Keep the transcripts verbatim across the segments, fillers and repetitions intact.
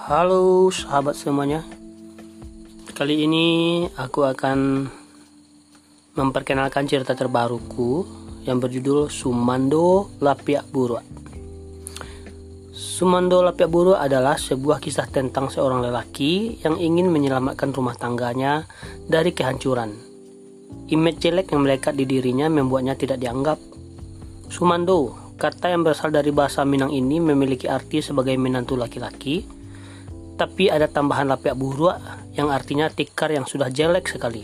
Halo sahabat semuanya. Kali ini aku akan memperkenalkan cerita terbaruku yang berjudul Sumando Lapiak Buruk. Sumando Lapiak Buruk adalah sebuah kisah tentang seorang lelaki yang ingin menyelamatkan rumah tangganya dari kehancuran. Image jelek yang melekat di dirinya membuatnya tidak dianggap. Sumando, kata yang berasal dari bahasa Minang ini memiliki arti sebagai menantu laki-laki. Tapi ada tambahan lapiak buruk yang artinya tikar yang sudah jelek sekali.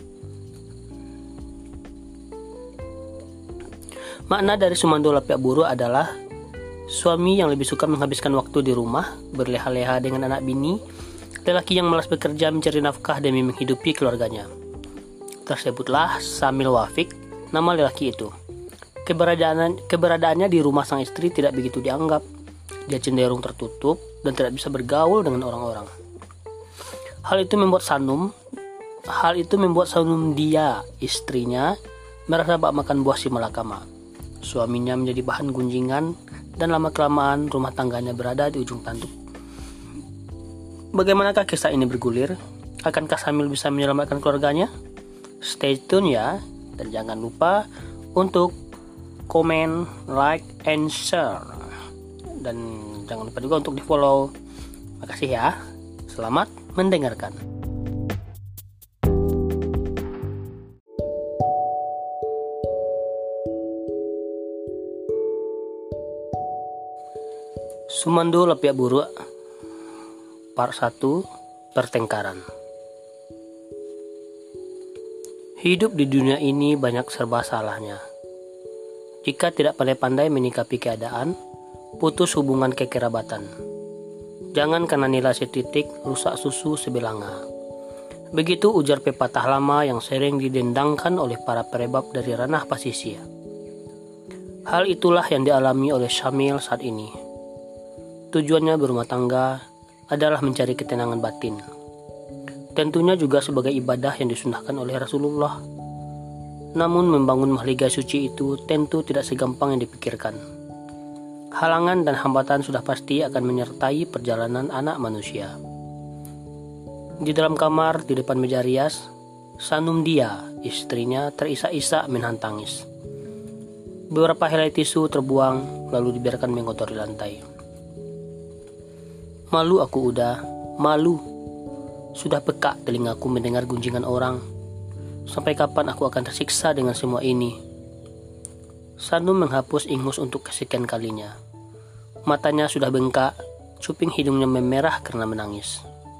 Makna dari Sumando Lapiak Buruk adalah suami yang lebih suka menghabiskan waktu di rumah, berleha-leha dengan anak bini, lelaki yang malas bekerja mencari nafkah demi menghidupi keluarganya. Tersebutlah Samil Wafik, nama lelaki itu. Keberadaan, keberadaannya di rumah sang istri tidak begitu dianggap. Dia cenderung tertutup dan tidak bisa bergaul dengan orang-orang. Hal itu membuat Sanum, hal itu membuat Sanum dia, istrinya, merasa bak makan buah si malakama. Suaminya menjadi bahan gunjingan dan lama-kelamaan rumah tangganya berada di ujung tanduk. Bagaimanakah kisah ini bergulir? Akankah Samil bisa menyelamatkan keluarganya? Stay tune ya, dan jangan lupa untuk komen, like, and share. Dan jangan lupa juga untuk di follow. Makasih ya. Selamat mendengarkan. Sumando Lapiak Buruk Part satu, Pertengkaran. Hidup di dunia ini banyak serba salahnya. Jika tidak pandai-pandai menyikapi keadaan, putus hubungan kekerabatan. Jangan karena nilai setitik rusak susu sebelanga. Begitu ujar pepatah lama yang sering didendangkan oleh para perebab dari ranah pasisia. Hal itulah yang dialami oleh Syamil saat ini. Tujuannya berumah tangga adalah mencari ketenangan batin. Tentunya juga sebagai ibadah yang disunahkan oleh Rasulullah. Namun membangun mahligai suci itu tentu tidak segampang yang dipikirkan. Halangan dan hambatan sudah pasti akan menyertai perjalanan anak manusia. Di dalam kamar, di depan meja rias, Sanum dia, istrinya, terisak-isak menahan tangis. Beberapa helai tisu terbuang, lalu dibiarkan mengotori lantai. Malu aku udah, malu. Sudah pekak telingaku mendengar gunjingan orang. Sampai kapan aku akan tersiksa dengan semua ini? Sanum menghapus ingus untuk kesekian kalinya. Matanya sudah bengkak, cuping hidungnya memerah karena menangis.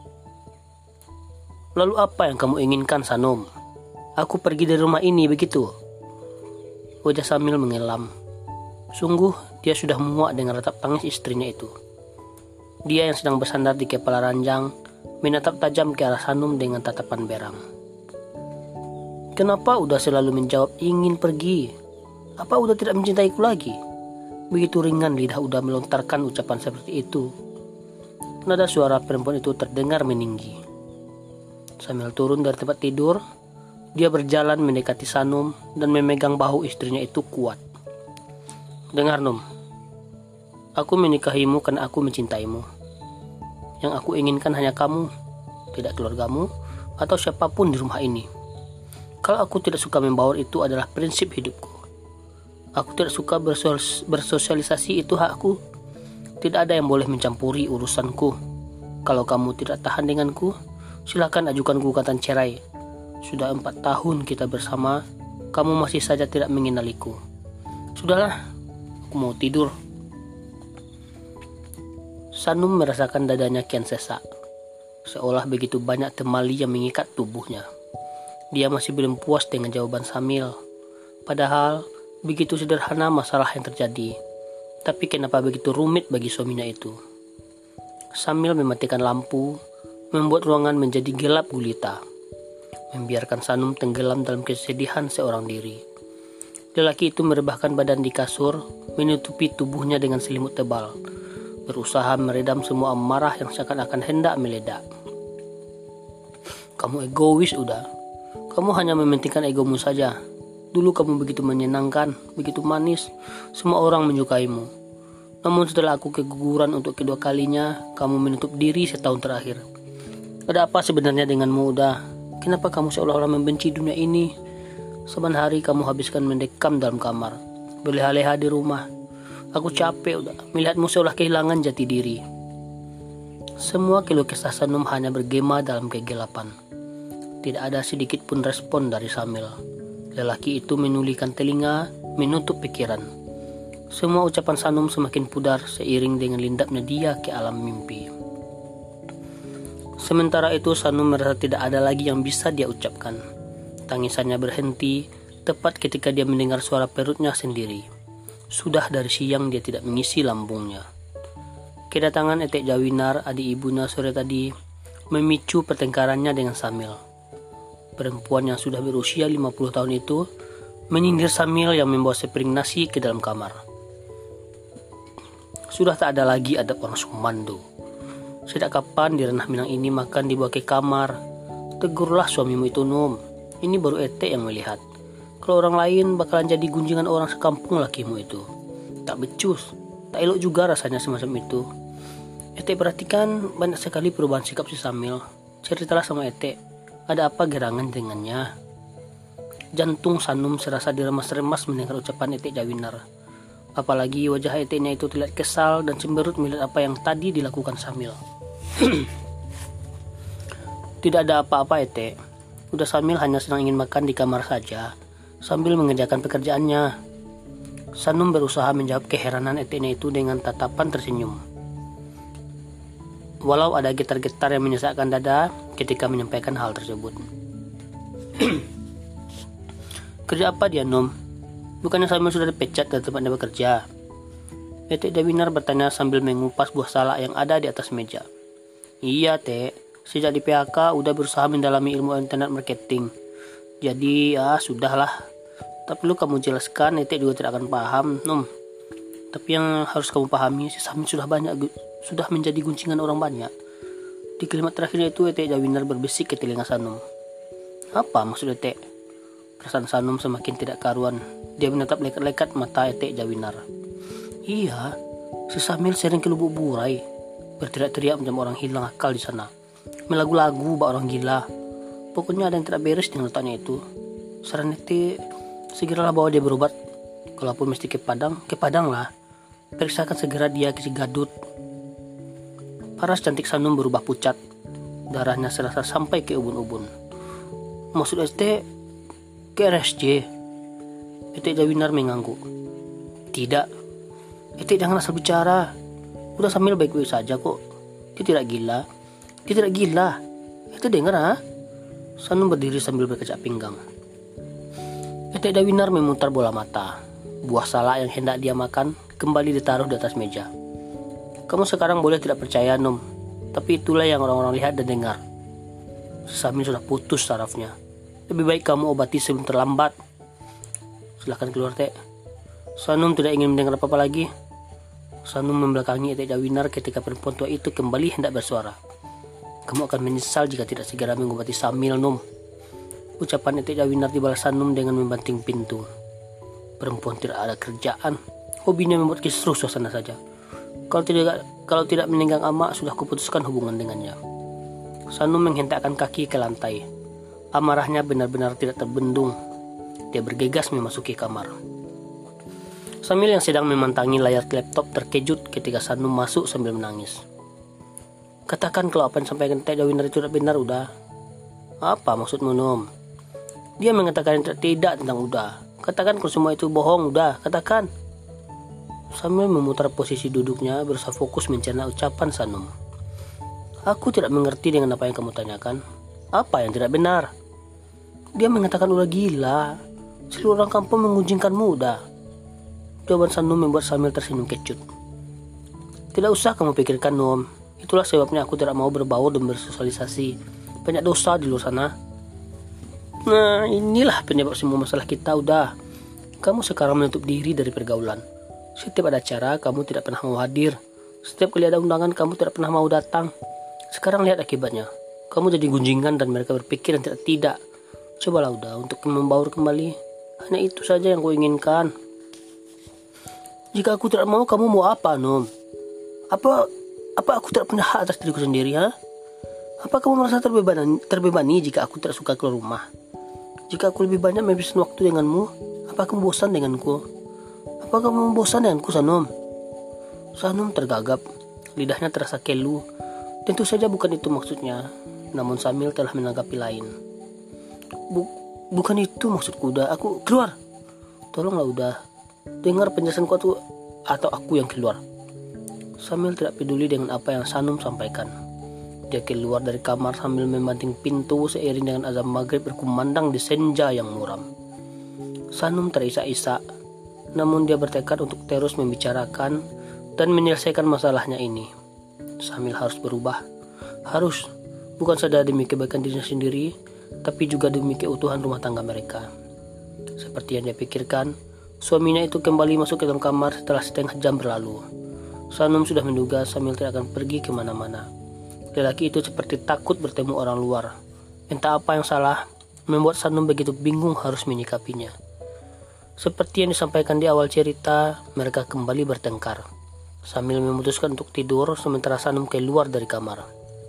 Lalu apa yang kamu inginkan, Sanum? Aku pergi dari rumah ini, begitu? Wajah Samil mengelam. Sungguh, dia sudah muak dengan ratap tangis istrinya itu. Dia yang sedang bersandar di kepala ranjang, menatap tajam ke arah Sanum dengan tatapan beram. Kenapa udah selalu menjawab ingin pergi? Apa udah tidak mencintaiku lagi? Begitu ringan lidah udah melontarkan ucapan seperti itu. Nada suara perempuan itu terdengar meninggi. Sambil turun dari tempat tidur, dia berjalan mendekati Sanum dan memegang bahu istrinya itu kuat. Dengar, Num. Aku menikahimu karena aku mencintaimu. Yang aku inginkan hanya kamu, tidak keluargamu atau siapapun di rumah ini. Kalau aku tidak suka membaur, itu adalah prinsip hidupku. Aku tidak suka bersosialisasi, itu hakku. Tidak ada yang boleh mencampuri urusanku. Kalau kamu tidak tahan denganku, silakan ajukan gugatan cerai. Sudah empat tahun kita bersama, kamu masih saja tidak mengenaliku. Sudahlah, aku mau tidur. Sanum merasakan dadanya kian sesak, seolah begitu banyak temali yang mengikat tubuhnya. Dia masih belum puas dengan jawaban Samil. Padahal begitu sederhana masalah yang terjadi, tapi kenapa begitu rumit bagi suaminya itu? Sambil mematikan lampu, membuat ruangan menjadi gelap gulita, membiarkan Sanum tenggelam dalam kesedihan seorang diri. Lelaki itu merebahkan badan di kasur, menutupi tubuhnya dengan selimut tebal, berusaha meredam semua amarah yang seakan-akan hendak meledak. Kamu egois udah. Kamu hanya mementingkan egomu saja. Dulu kamu begitu menyenangkan, begitu manis, semua orang menyukaimu. Namun setelah aku keguguran untuk kedua kalinya, kamu menutup diri setahun terakhir. Ada apa sebenarnya denganmu, Uda? Kenapa kamu seolah-olah membenci dunia ini? Saban hari kamu habiskan mendekam dalam kamar, berleha-leha di rumah. Aku capek, Uda, melihatmu seolah kehilangan jati diri. Semua keluh kesah Sanum hanya bergema dalam kegelapan. Tidak ada sedikit pun respon dari Samil. Lelaki itu menulikan telinga, menutup pikiran. Semua ucapan Sanum semakin pudar seiring dengan lindapnya dia ke alam mimpi. Sementara itu Sanum merasa tidak ada lagi yang bisa dia ucapkan. Tangisannya berhenti tepat ketika dia mendengar suara perutnya sendiri. Sudah dari siang dia tidak mengisi lambungnya. Kedatangan Etek Jawinar, adik ibunya sore tadi, memicu pertengkarannya dengan Samil. Perempuan yang sudah berusia lima puluh tahun itu menyindir Samil yang membawa sepiring nasi ke dalam kamar. Sudah tak ada lagi adab orang Sumando. Sejak kapan di ranah Minang ini makan dibawa ke kamar? Tegurlah suamimu itu, Num. Ini baru Etek yang melihat. Kalau orang lain bakalan jadi gunjingan orang sekampung lakimu itu. Tak becus, tak elok juga rasanya semacam itu. Etek perhatikan banyak sekali perubahan sikap si Samil. Ceritalah sama Etek, ada apa gerangan dengannya? Jantung Sanum serasa diremas-remas mendengar ucapan Etek Jawinar. Apalagi wajah Eteknya itu terlihat kesal dan cemberut melihat apa yang tadi dilakukan Samil. Tidak ada apa-apa, Etek. Udah, Samil hanya sedang ingin makan di kamar saja sambil mengerjakan pekerjaannya. Sanum berusaha menjawab keheranan Eteknya itu dengan tatapan tersenyum. Walau ada getar-getar yang menyesakkan dada ketika menyampaikan hal tersebut. Kerja apa dia, Num? Bukannya Samil sudah dipecat dari tempatnya bekerja? Etek Jawinar bertanya sambil mengupas buah salak yang ada di atas meja. Iya, Tek. Sejak di P H K udah berusaha mendalami ilmu internet marketing. Jadi ya sudahlah. Tak perlu kamu jelaskan, Etek juga tidak akan paham, Num. Tapi yang harus kamu pahami, si Samil sudah banyak sudah menjadi guncingan orang banyak. Di kalimat terakhirnya itu Etek Jawinar berbisik ke telinga Sanum. Apa maksud Etek? Perasaan Sanum semakin tidak karuan. Dia menatap lekat-lekat mata Etek Jawinar. Iya, si Samil sering ke Lubuk Burai, berteriak-teriak macam orang hilang akal di sana. Melagu-lagu bak orang gila. Pokoknya ada yang tidak beres dengan letaknya itu. Saran Etek, segeralah bawa dia berobat. Kalaupun mesti ke Padang, ke Padang lah. Periksakan segera dia ke si Gadut. Paras cantik Sanum berubah pucat. Darahnya serasa sampai ke ubun-ubun. Maksud Etek ke R S J? Etek Jawinar mengangguk. Tidak. Etek jangan asal bicara. Udah Samil baik-baik saja kok. Dia tidak gila. Dia tidak gila. Etek dengar, ha? Sanum berdiri sambil berkecak pinggang. Etek Jawinar memutar bola mata. Buah salak yang hendak dia makan kembali ditaruh di atas meja. Kamu sekarang boleh tidak percaya, Num. Tapi itulah yang orang-orang lihat dan dengar. Samil sudah putus sarafnya. Lebih baik kamu obati sebelum terlambat. Silahkan keluar, Tek. Sanum tidak ingin mendengar apa-apa lagi. Sanum membelakangi Etek Jawinar ketika perempuan tua itu kembali hendak bersuara. Kamu akan menyesal jika tidak segera mengobati Samil, Num. Ucapan Etek Jawinar dibalas Sanum dengan membanting pintu. Perempuan tidak ada kerjaan. Hobinya membuat kisruh suasana saja. Kalau tidak kalau tidak meninggang amak, sudah kuputuskan hubungan dengannya. Sanum menghentakkan kaki ke lantai. Amarahnya benar-benar tidak terbendung. Dia bergegas memasuki kamar. Samil yang sedang memantangi layar laptop terkejut ketika Sanum masuk sambil menangis. Katakan kalau apa yang sampaikan Etek Jawinar itu tidak benar, udah. Apa maksudmu, Num? Dia mengatakan yang tidak tentang udah. Katakan kalau semua itu bohong, udah. Katakan. Sambil memutar posisi duduknya, berusaha fokus mencerna ucapan Sanum. Aku tidak mengerti dengan apa yang kamu tanyakan. Apa yang tidak benar? Dia mengatakan udah gila. Seluruh orang kampung mengunjingkanmu, udah. Jawaban Sanum membuat Samil tersenyum kecut. Tidak usah kamu pikirkan, Num. Itulah sebabnya aku tidak mau berbaur dan bersosialisasi. Banyak dosa di luar sana. Nah, inilah penyebab semua masalah kita, udah. Kamu sekarang menutup diri dari pergaulan. Setiap ada acara, kamu tidak pernah mau hadir. Setiap kali ada undangan, kamu tidak pernah mau datang. Sekarang lihat akibatnya. Kamu jadi gunjingan dan mereka berpikir yang tidak tidak. Cobalah udah untuk membaur kembali. Hanya itu saja yang kuinginkan. Jika aku tidak mau, kamu mau apa, Nom? Apa apa aku tidak punya hak atas diriku sendiri, ha? Apa kamu merasa terbebani, terbebani jika aku tidak suka keluar rumah? Jika aku lebih banyak menghabiskan waktu denganmu, apa kamu bosan denganku? Apa kamu bosan denganku, Sanom? Sanom tergagap, lidahnya terasa kelu. Tentu saja bukan itu maksudnya, namun Samil telah menanggapi lain. Bu, bukan itu maksudku, udah, aku keluar. Tolonglah udah, dengar penjelasanku atau, atau aku yang keluar. Samil tidak peduli dengan apa yang Sanom sampaikan. Dia keluar dari kamar sambil membanting pintu seiring dengan azan maghrib berkumandang di senja yang muram. Sanom terisak-isak, namun dia bertekad untuk terus membicarakan dan menyelesaikan masalahnya ini. Samil harus berubah. Harus, bukan saja demi kebaikan dirinya sendiri, tapi juga demi keutuhan rumah tangga mereka. Seperti yang dia pikirkan, suaminya itu kembali masuk ke dalam kamar setelah setengah jam berlalu. Sanom sudah menduga Samil tidak akan pergi kemana-mana. Lelaki itu seperti takut bertemu orang luar. Entah apa yang salah, membuat Sanom begitu bingung harus menyikapinya. Seperti yang disampaikan di awal cerita, mereka kembali bertengkar. Samil memutuskan untuk tidur sementara Sanom keluar dari kamar.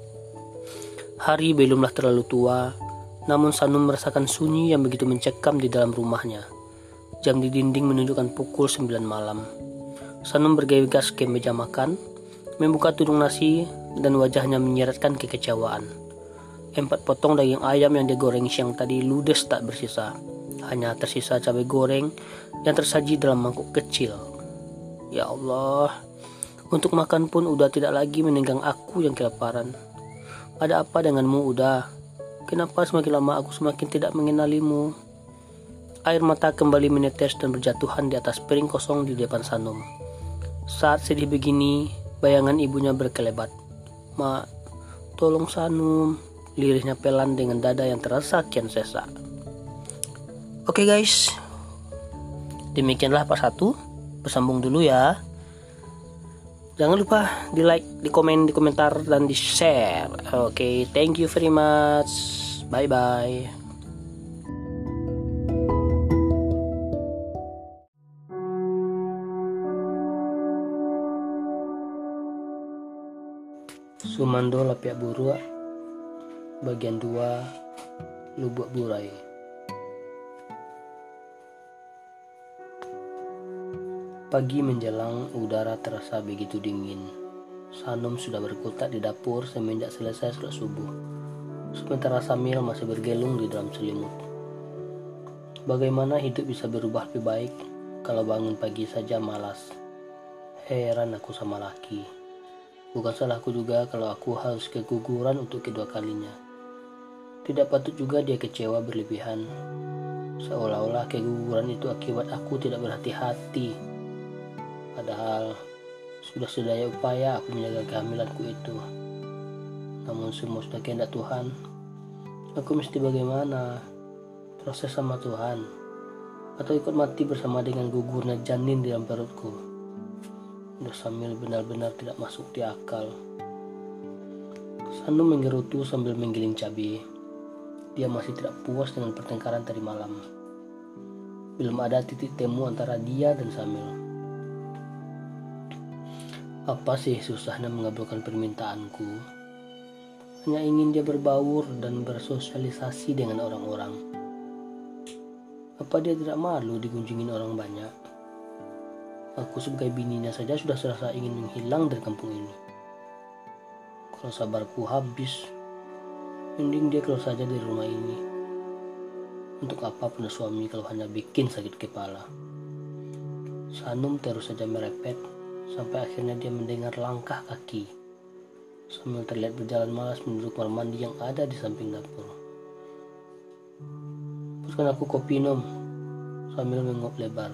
Hari belumlah terlalu tua, namun Sanom merasakan sunyi yang begitu mencekam di dalam rumahnya. Jam di dinding menunjukkan pukul sembilan malam. Sanom bergegas ke meja makan, membuka tudung nasi, dan wajahnya menyeretkan kekecewaan. Empat potong daging ayam yang digoreng siang tadi ludes tak bersisa. Hanya tersisa cabai goreng yang tersaji dalam mangkuk kecil. Ya Allah, untuk makan pun udah tidak lagi menenggang aku yang kelaparan. Ada apa denganmu udah? Kenapa semakin lama aku semakin tidak mengenalimu? Air mata kembali menetes dan berjatuhan di atas piring kosong di depan Sanom. Saat sedih begini, bayangan ibunya berkelebat. "Mak, tolong Sanom," lirihnya pelan dengan dada yang terasa kian sesak. Oke guys, demikianlah part satu. Bersambung dulu ya. Jangan lupa di like, di komen, di komentar, dan di share. Oke, thank you very much. Bye bye. Sumando Lapiak Buruk bagian dua, Lubuk Burai. Pagi menjelang, udara terasa begitu dingin. Sanom sudah berkutat di dapur semenjak selesai sholat subuh, sementara Samil masih bergelung di dalam selimut. Bagaimana hidup bisa berubah lebih baik kalau bangun pagi saja malas? Heran aku sama laki. Bukan salahku juga kalau aku harus keguguran untuk kedua kalinya. Tidak patut juga dia kecewa berlebihan, seolah-olah keguguran itu akibat aku tidak berhati-hati. Padahal sudah sedaya upaya aku menjaga kehamilanku itu. Namun semua sudah kehendak Tuhan. Aku mesti bagaimana? Proses sama Tuhan, atau ikut mati bersama dengan gugurnya janin di dalam perutku? Udah Samil benar-benar tidak masuk di akal. Sanom menggerutu sambil menggiling cabai. Dia masih tidak puas dengan pertengkaran tadi malam. Belum ada titik temu antara dia dan Samil. Apa sih susahnya mengabulkan permintaanku? Hanya ingin dia berbaur dan bersosialisasi dengan orang-orang. Apa dia tidak malu digunjingin orang banyak? Aku sebagai bininya saja sudah serasa ingin menghilang dari kampung ini. Kalau sabarku habis, mending dia keluar saja dari rumah ini. Untuk apa punya suami kalau hanya bikin sakit kepala? Sanom terus saja merepet, sampai akhirnya dia mendengar langkah kaki. Sambil terlihat berjalan malas menuju kamar mandi yang ada di samping dapur. "Pesan aku kopi, Nom," sambil menguap lebar.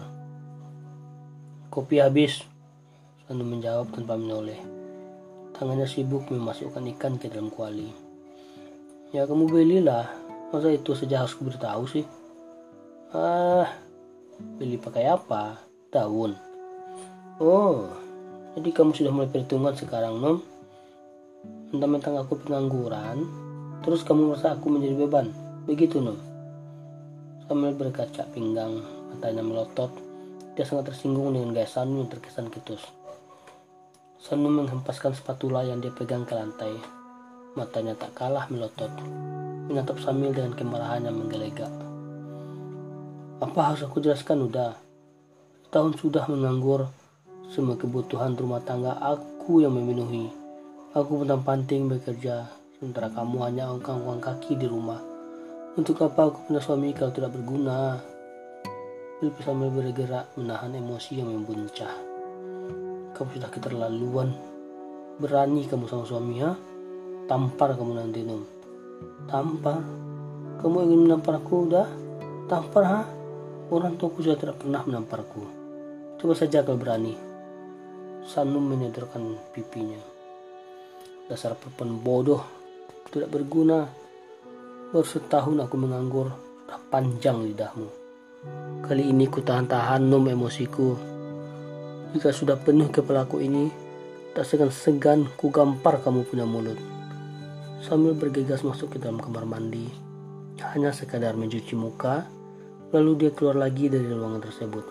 "Kopi habis," Sanom menjawab tanpa menoleh. Tangannya sibuk memasukkan ikan ke dalam kuali. "Ya kamu belilah, masa itu saja harus kuberitahu sih?" "Ah, beli pakai apa? Daun? Oh, jadi kamu sudah mulai perhitungan sekarang, Nom? Mentang-mentang aku pengangguran, terus kamu merasa aku menjadi beban, begitu, Nom?" Sambil berkaca pinggang, matanya melotot, Dia sangat tersinggung dengan gaya Sanum yang terkesan ketus. Sanum menghempaskan spatula yang dia pegang ke lantai. Matanya tak kalah melotot, menatap Samil dengan kemarahan yang menggelegak. Apa harus aku jelaskan udah? Tahun sudah menganggur, semua kebutuhan rumah tangga aku yang memenuhi. Aku pontang-panting bekerja, sementara kamu hanya ongkang-ongkang kaki di rumah. Untuk apa aku punya suami kalau tidak berguna? Filipi sambil bergerak menahan emosi yang membuncah. Kamu sudah keterlaluan. Berani kamu sama suami, ha? Tampar kamu nanti, Num. Tampar? Kamu ingin menampar aku, udah? Tampar, ha? Orang tuaku sudah tidak pernah menamparku. Coba saja kalau berani. Sanum menyodorkan pipinya. Dasar perempuan bodoh, tidak berguna. Baru setahun aku menganggur, sudah panjang lidahmu. Kali ini ku tahan-tahan, Num, emosiku. Jika sudah penuh kepalaku ini, tak segan-segan ku gampar kamu punya mulut. Sambil bergegas masuk ke dalam kamar mandi, hanya sekadar mencuci muka, lalu dia keluar lagi dari ruangan tersebut.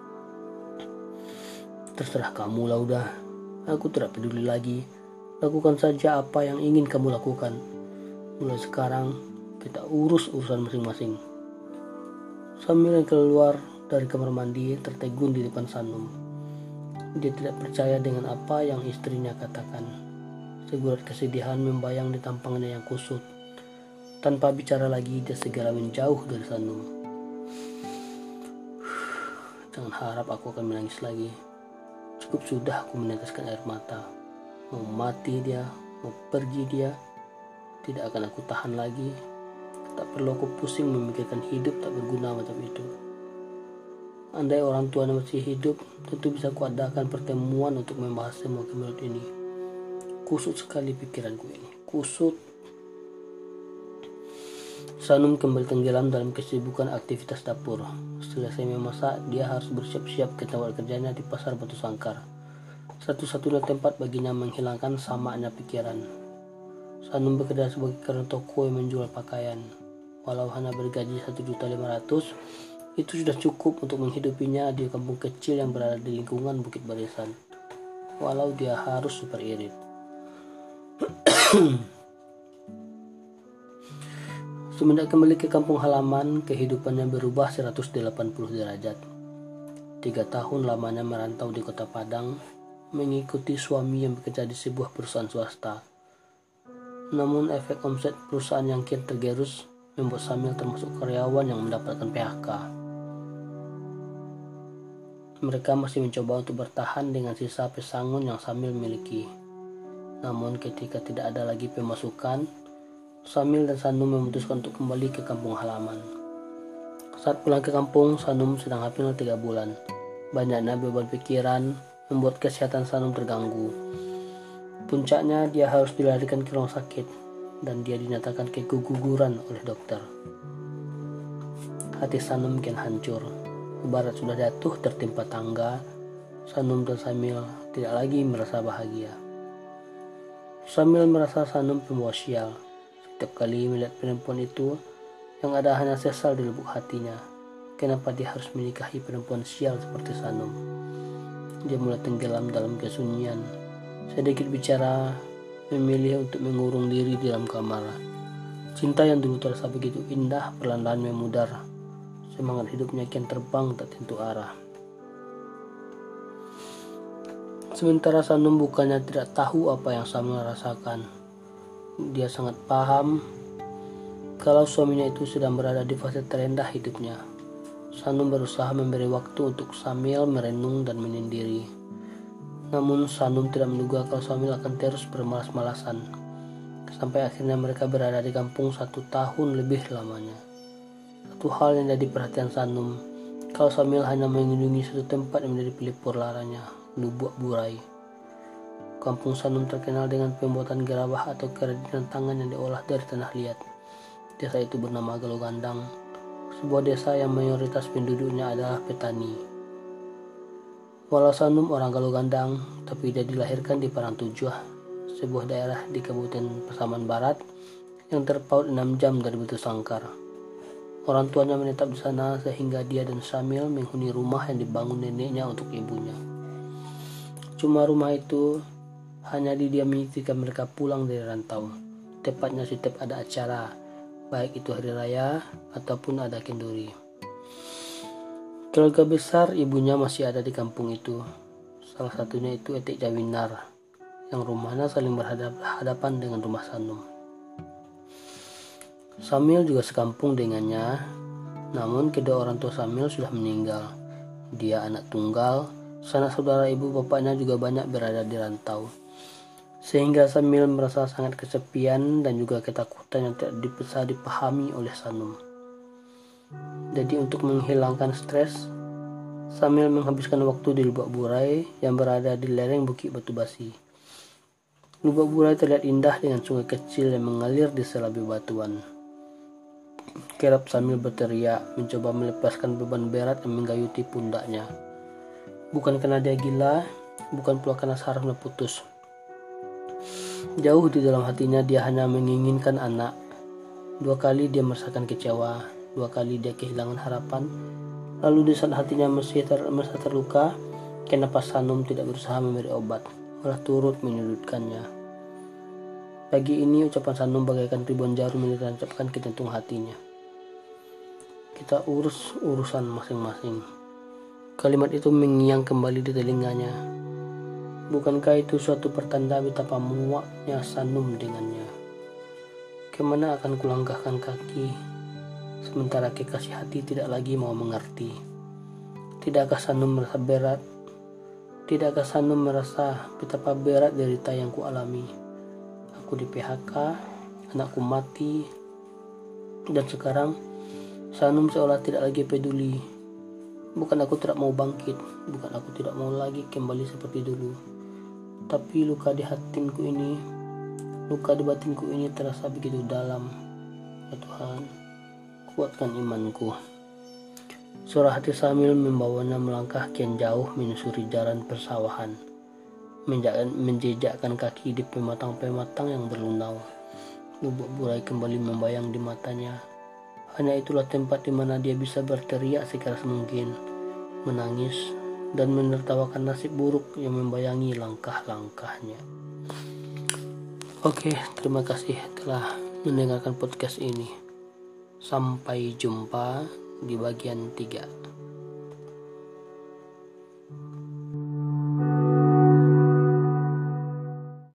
Terserah kamu lah udah, aku tidak peduli lagi. Lakukan saja apa yang ingin kamu lakukan. Mulai sekarang kita urus urusan masing-masing. Sambil keluar dari kamar mandi tertegun di depan Sanum. Dia tidak percaya dengan apa yang istrinya katakan. Segurat kesedihan membayang di tampangnya yang kusut. Tanpa bicara lagi, dia segera menjauh dari Sanum. Jangan harap aku akan menangis lagi. Cukup sudah aku meneteskan air mata. Mau mati dia, mau pergi dia, tidak akan aku tahan lagi. Tak perlu aku pusing memikirkan hidup tak berguna macam itu. Andai orang tua masih hidup, tentu bisa kuadakan pertemuan untuk membahas semua kemelut ini. Kusut sekali pikiranku ini, kusut. Sanum kembali tenggelam dalam kesibukan aktivitas dapur. Selesai memasak, dia harus bersiap-siap ke tempat kerjanya di pasar Batu Sangkar. Satu-satunya tempat baginya menghilangkan samaknya pikiran. Sanum bekerja sebagai karyawan toko yang menjual pakaian. Walau hanya bergaji satu juta lima ratus ribu, itu sudah cukup untuk menghidupinya di kampung kecil yang berada di lingkungan Bukit Barisan. Walau dia harus super irit. Semenjak kembali ke kampung halaman, kehidupannya berubah seratus delapan puluh derajat. Tiga tahun lamanya merantau di kota Padang, mengikuti suami yang bekerja di sebuah perusahaan swasta. Namun efek omset perusahaan yang kian tergerus membuat Samil termasuk karyawan yang mendapatkan P H K. Mereka masih mencoba untuk bertahan dengan sisa pesangon yang Samil miliki. Namun ketika tidak ada lagi pemasukan, Samil dan Sanum memutuskan untuk kembali ke kampung halaman. Saat pulang ke kampung, Sanum sedang hamil tiga bulan. Banyaknya beban pikiran membuat kesehatan Sanum terganggu. Puncaknya dia harus dilarikan ke rumah sakit dan dia dinyatakan keguguran oleh dokter. Hati Sanum kian hancur. Ibarat sudah jatuh tertimpa tangga, Sanum dan Samil tidak lagi merasa bahagia. Samil merasa Sanum pembawa sial. Setiap kali melihat perempuan itu, yang ada hanya sesal di lubuk hatinya. Kenapa dia harus menikahi perempuan sial seperti Sanum? Dia mulai tenggelam dalam kesunyian. Sedikit bicara, memilih untuk mengurung diri di dalam kamar. Cinta yang dulu terasa begitu indah perlahan-lahan memudar. Semangat hidupnya kian terbang tak tentu arah. Sementara Sanum bukannya tidak tahu apa yang Samil rasakan. Dia sangat paham kalau suaminya itu sedang berada di fase terendah hidupnya. Sanum berusaha memberi waktu untuk Samil merenung dan menyendiri. Namun Sanum tidak menduga kalau Samil akan terus bermalas-malasan. Sampai akhirnya mereka berada di kampung satu tahun lebih lamanya. Satu hal yang jadi perhatian Sanum, kalau Samil hanya mengunjungi satu tempat yang menjadi pelipur laranya, Lubuk Burai. Kampung Sanum terkenal dengan pembuatan gerabah atau kerajinan tangan yang diolah dari tanah liat. Desa itu bernama Galogandang, sebuah desa yang mayoritas penduduknya adalah petani. Walau Sanum orang Galogandang, tapi dia dilahirkan di Parangtujuh, sebuah daerah di Kabupaten Pasaman Barat yang terpaut enam jam dari Batu Sangkar. Orang tuanya menetap di sana sehingga dia dan Syamil menghuni rumah yang dibangun neneknya untuk ibunya. Cuma rumah itu hanya didiami ketika mereka pulang dari rantau. Tepatnya setiap ada acara, baik itu hari raya ataupun ada kenduri. Keluarga besar ibunya masih ada di kampung itu. Salah satunya itu Etik Jawinar, yang rumahnya saling berhadapan dengan rumah Sanum. Syamil juga sekampung dengannya, namun kedua orang tua Syamil sudah meninggal. Dia anak tunggal, sanak saudara ibu bapaknya juga banyak berada di rantau. Sehingga Syamil merasa sangat kesepian dan juga ketakutan yang tidak bisa dipahami oleh Sanum. Jadi untuk menghilangkan stres, Syamil menghabiskan waktu di Lubak Burai yang berada di lereng Bukit Batu Basi. Lubak Burai terlihat indah dengan sungai kecil yang mengalir di sela bebatuan. Kerap Syamil berteriak, mencoba melepaskan beban berat yang menggayuti pundaknya. Bukan karena dia gila, bukan pula karena sarafnya putus. Jauh di dalam hatinya dia hanya menginginkan anak. Dua kali dia merasakan kecewa, dua kali dia kehilangan harapan. Lalu di saat hatinya masih ter, merasa terluka, kenapa Sanum tidak berusaha memberi obat, malah turut menyudutkannya. Pagi ini ucapan Sanum bagaikan ribuan jarum yang ditancapkan ke jantung hatinya. Kita urus urusan masing-masing. Kalimat itu mengiang kembali di telinganya. Bukankah itu suatu pertanda betapa muaknya Sanum dengannya? Kemana akan kulangkahkan kaki, sementara kekasih hati tidak lagi mau mengerti? Tidakkah Sanum merasa berat? Tidakkah Sanum merasa betapa berat derita yang kualami? Aku di P H K, anakku mati, dan sekarang Sanum seolah tidak lagi peduli. Bukan aku tidak mau bangkit, bukan aku tidak mau lagi kembali seperti dulu. Tapi luka di hatinku ini, luka di batinku ini terasa begitu dalam. Ya Tuhan, kuatkan imanku. Suara hati Syamil membawanya melangkah kian jauh menyusuri jalan persawahan, menjejakkan kaki di pematang-pematang yang berlunau. Lubuk Burai kembali membayang di matanya. Hanya itulah tempat di mana dia bisa berteriak sekeras mungkin, menangis, dan menertawakan nasib buruk yang membayangi langkah-langkahnya. Oke, terima kasih telah mendengarkan podcast ini. Sampai jumpa di bagian tiga.